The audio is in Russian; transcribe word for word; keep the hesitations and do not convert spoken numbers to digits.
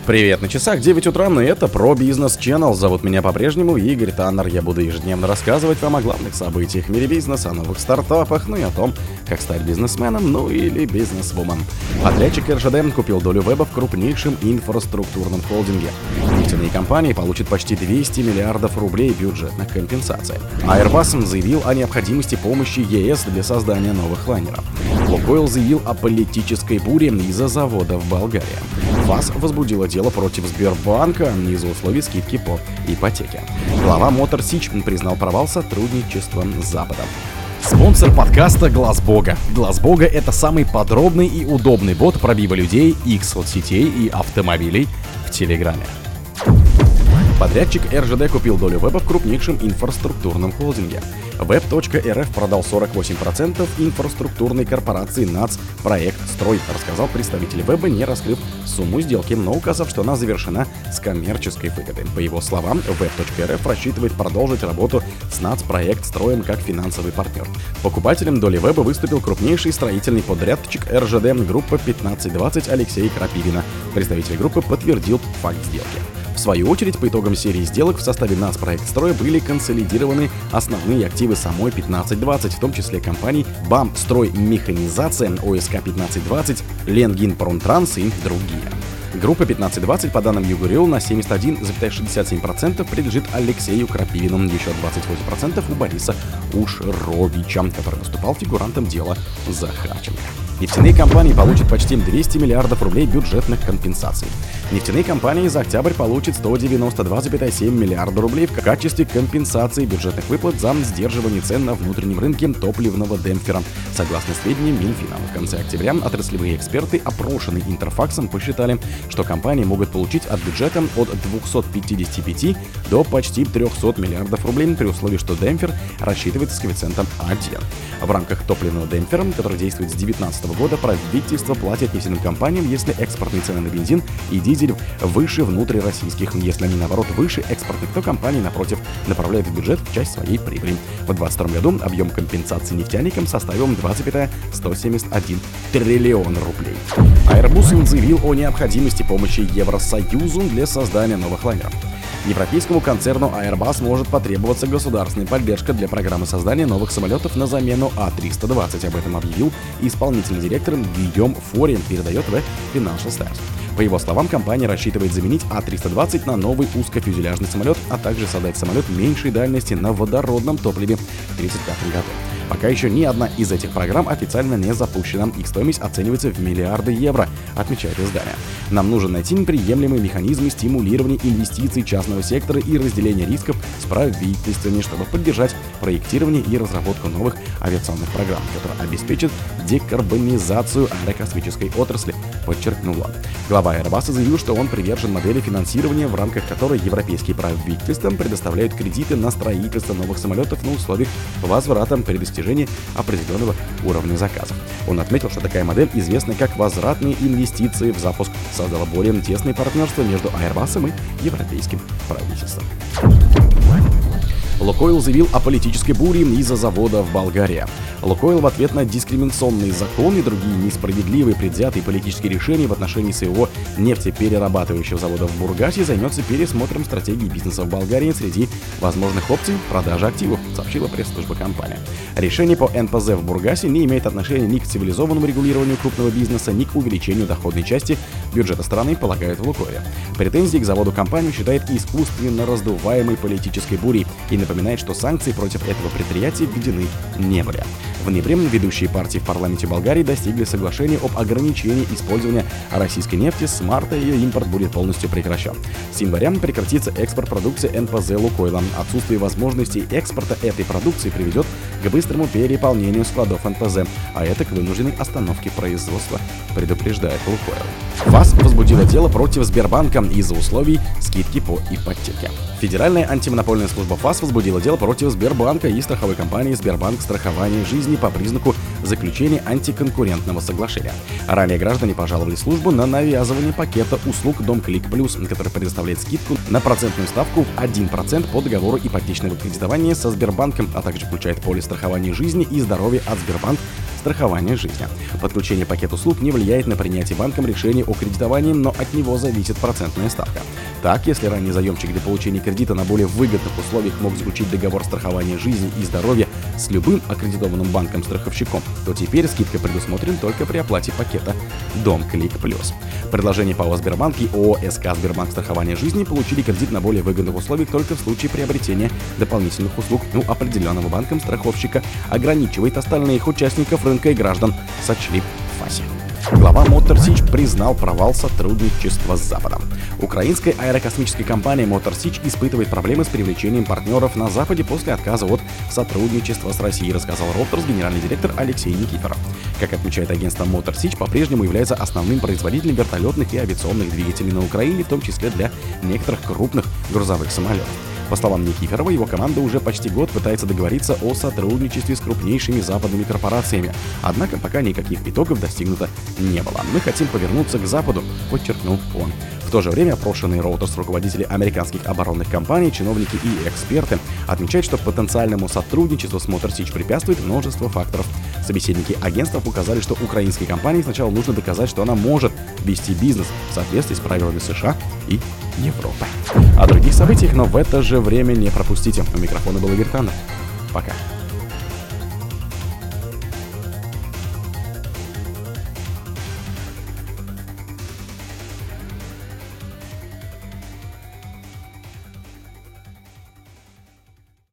Привет, на часах девять утра, и это про бизнес Channel. Зовут меня по-прежнему Игорь Таннер. Я буду ежедневно рассказывать вам о главных событиях в мире бизнеса, о новых стартапах, ну и о том, как стать бизнесменом, ну или бизнесвумен. Подрядчик эр жэ дэ купил долю веба в крупнейшем инфраструктурном холдинге. Нефтяные компании получат почти двести миллиардов рублей бюджетных компенсаций. Airbus заявил о необходимости помощи е эс для создания новых лайнеров. Лукойл заявил о политической буре из-за завода в Болгарии. ФАС возбудила дело против Сбербанка из-за условий скидки по ипотеке. Глава Мотор Сич признал провал сотрудничества с Западом. Спонсор подкаста Глаз Бога. Глаз Бога — это самый подробный и удобный бот пробива людей, их соцсетей и автомобилей в Телеграме. Подрядчик эр жэ дэ купил долю веба в крупнейшем инфраструктурном холдинге. веб точка эр эф продал сорок восемь процентов инфраструктурной корпорации НАЦ Проект Строй, рассказал представитель веба, не раскрыв сумму сделки, но указав, что она завершена с коммерческой выгодой. По его словам, веб точка эр эф рассчитывает продолжить работу с НАЦ Проект Строем как финансовый партнер. Покупателем доли веба выступил крупнейший строительный подрядчик эр жэ дэ группа пятнадцать двадцать Алексей Крапивина. Представитель группы подтвердил факт сделки. В свою очередь, по итогам серии сделок в составе НАЦ Проект Строя были консолидированы основные активы самой пятнадцать двадцать, в том числе компаний БАМ Строй Механизация, о эс ка пятнадцать двадцать, Ленгин Промтранс и другие. Группа пятнадцать двадцать, по данным Югорел, на семьдесят один целых шестьдесят семь сотых процента принадлежит Алексею Крапивину, еще двадцать восемь процентов у Бориса Ушровича, который выступал фигурантом дела Захарченко. Нефтяные компании получат почти двести миллиардов рублей бюджетных компенсаций. Нефтяные компании за октябрь получат сто девяносто два целых семь миллиарда рублей в качестве компенсации бюджетных выплат за сдерживание цен на внутреннем рынке топливного демпфера. Согласно сведениям Минфина, в конце октября отраслевые эксперты, опрошенные Интерфаксом, посчитали, что компании могут получить от бюджета от двухсот пятидесяти пяти до почти трехсот миллиардов рублей при условии, что демпфер рассчитывается с коэффициентом один. В рамках топливного демпфера, который действует с две тысячи девятнадцатого года, правительство платит нефтяным компаниям, если экспортные цены на бензин и дизель выше внутрироссийских. Если они, наоборот, выше экспортных, то компании, напротив, направляют в бюджет часть своей прибыли. В две тысячи двадцать втором году объем компенсации нефтяникам составил два целых сто семьдесят один триллион рублей. Airbus заявил о необходимости помощи Евросоюзу для создания новых лайнеров. Европейскому концерну Airbus может потребоваться государственная поддержка для программы создания новых самолетов на замену а триста двадцать. Об этом объявил исполнительный директор Гийом Фори, передает в Financial Times. По его словам, компания рассчитывает заменить а триста двадцать на новый узкофюзеляжный самолет, а также создать самолет меньшей дальности на водородном топливе в две тысячи тридцать пятом году. Пока еще ни одна из этих программ официально не запущена. Их стоимость оценивается в миллиарды евро, отмечает издание. Нам нужно найти приемлемые механизмы стимулирования инвестиций частного сектора и разделения рисков с правительствами, чтобы поддержать проектирование и разработку новых авиационных программ, которые обеспечат декарбонизацию аэрокосмической отрасли, подчеркнул он. Глава Airbus заявил, что он привержен модели финансирования, в рамках которой европейские правительства предоставляют кредиты на строительство новых самолетов на условиях возврата при достижении определенного уровня заказов. Он отметил, что такая модель, известная как возвратные инвестиции в запуск, создала более тесное партнерство между Airbus и европейским правительством. Лукойл заявил о политической буре из-за завода в Болгарии. Лукойл в ответ на дискриминационные законы и другие несправедливые предвзятые политические решения в отношении своего нефтеперерабатывающего завода в Бургасе займется пересмотром стратегии бизнеса в Болгарии среди возможных опций продажи активов, сообщила пресс-служба компании. Решение по эн пэ зэ в Бургасе не имеет отношения ни к цивилизованному регулированию крупного бизнеса, ни к увеличению доходной части бюджета страны, полагают в Лукойле. Претензии к заводу компанию считает искусственно раздуваемой политической бурей и напоминает, что санкции против этого предприятия введены не были. В ноябре ведущие партии в парламенте Болгарии достигли соглашения об ограничении использования российской нефти. С марта ее импорт будет полностью прекращен. С января прекратится экспорт продукции эн пэ зэ Лукойла. Отсутствие возможностей экспорта этой продукции приведет к быстрому переполнению складов эн пэ зэ, а это к вынужденной остановке производства, предупреждает Лукойл. ФАС возбудила дело против Сбербанка из-за условий скидки по ипотеке. Федеральная антимонопольная служба ФАС возбудила дело против Сбербанка и страховой компании «Сбербанк страхование жизни» по признаку заключения антиконкурентного соглашения. Ранее граждане пожаловали службу на навязывание пакета услуг Дом Клик Плюс, который предоставляет скидку на процентную ставку в один процент по договору ипотечного кредитования со Сбербанком, а также включает полис страхования жизни и здоровья от Сбербанк страхования жизни. Подключение пакет услуг не влияет на принятие банком решения о кредитовании, но от него зависит процентная ставка. Так, если ранний заемщик для получения кредита на более выгодных условиях мог заключить договор страхования жизни и здоровья с любым аккредитованным банком-страховщиком, то теперь скидка предусмотрена только при оплате пакета Дом Клик Плюс. Предложение ПАО Сбербанк и ООО СК Сбербанк страхования жизни получили кредит на более выгодных условиях только в случае приобретения дополнительных услуг у определенного банком-страховщика, ограничивает остальных участников рынка и граждан, сочли в ФАСе. Глава Motor Sich признал провал сотрудничества с Западом. Украинская аэрокосмическая компания Motor Sich испытывает проблемы с привлечением партнеров на Западе после отказа от сотрудничества с Россией, рассказал Reuters генеральный директор Алексей Никифоров. Как отмечает агентство Motor Sich, по-прежнему является основным производителем вертолетных и авиационных двигателей на Украине, в том числе для некоторых крупных грузовых самолетов. По словам Никифорова, его команда уже почти год пытается договориться о сотрудничестве с крупнейшими западными корпорациями. Однако пока никаких итогов достигнуто не было. Мы хотим повернуться к Западу, подчеркнул он. В то же время опрошенные Reuters руководители американских оборонных компаний, чиновники и эксперты отмечают, что потенциальному сотрудничеству с Motor Sich препятствует множество факторов. Собеседники агентства указали, что украинской компании сначала нужно доказать, что она может вести бизнес в соответствии с правилами США и Европы. О других событиях, но в это же время не пропустите. У микрофона был Игорь Таннер. Пока.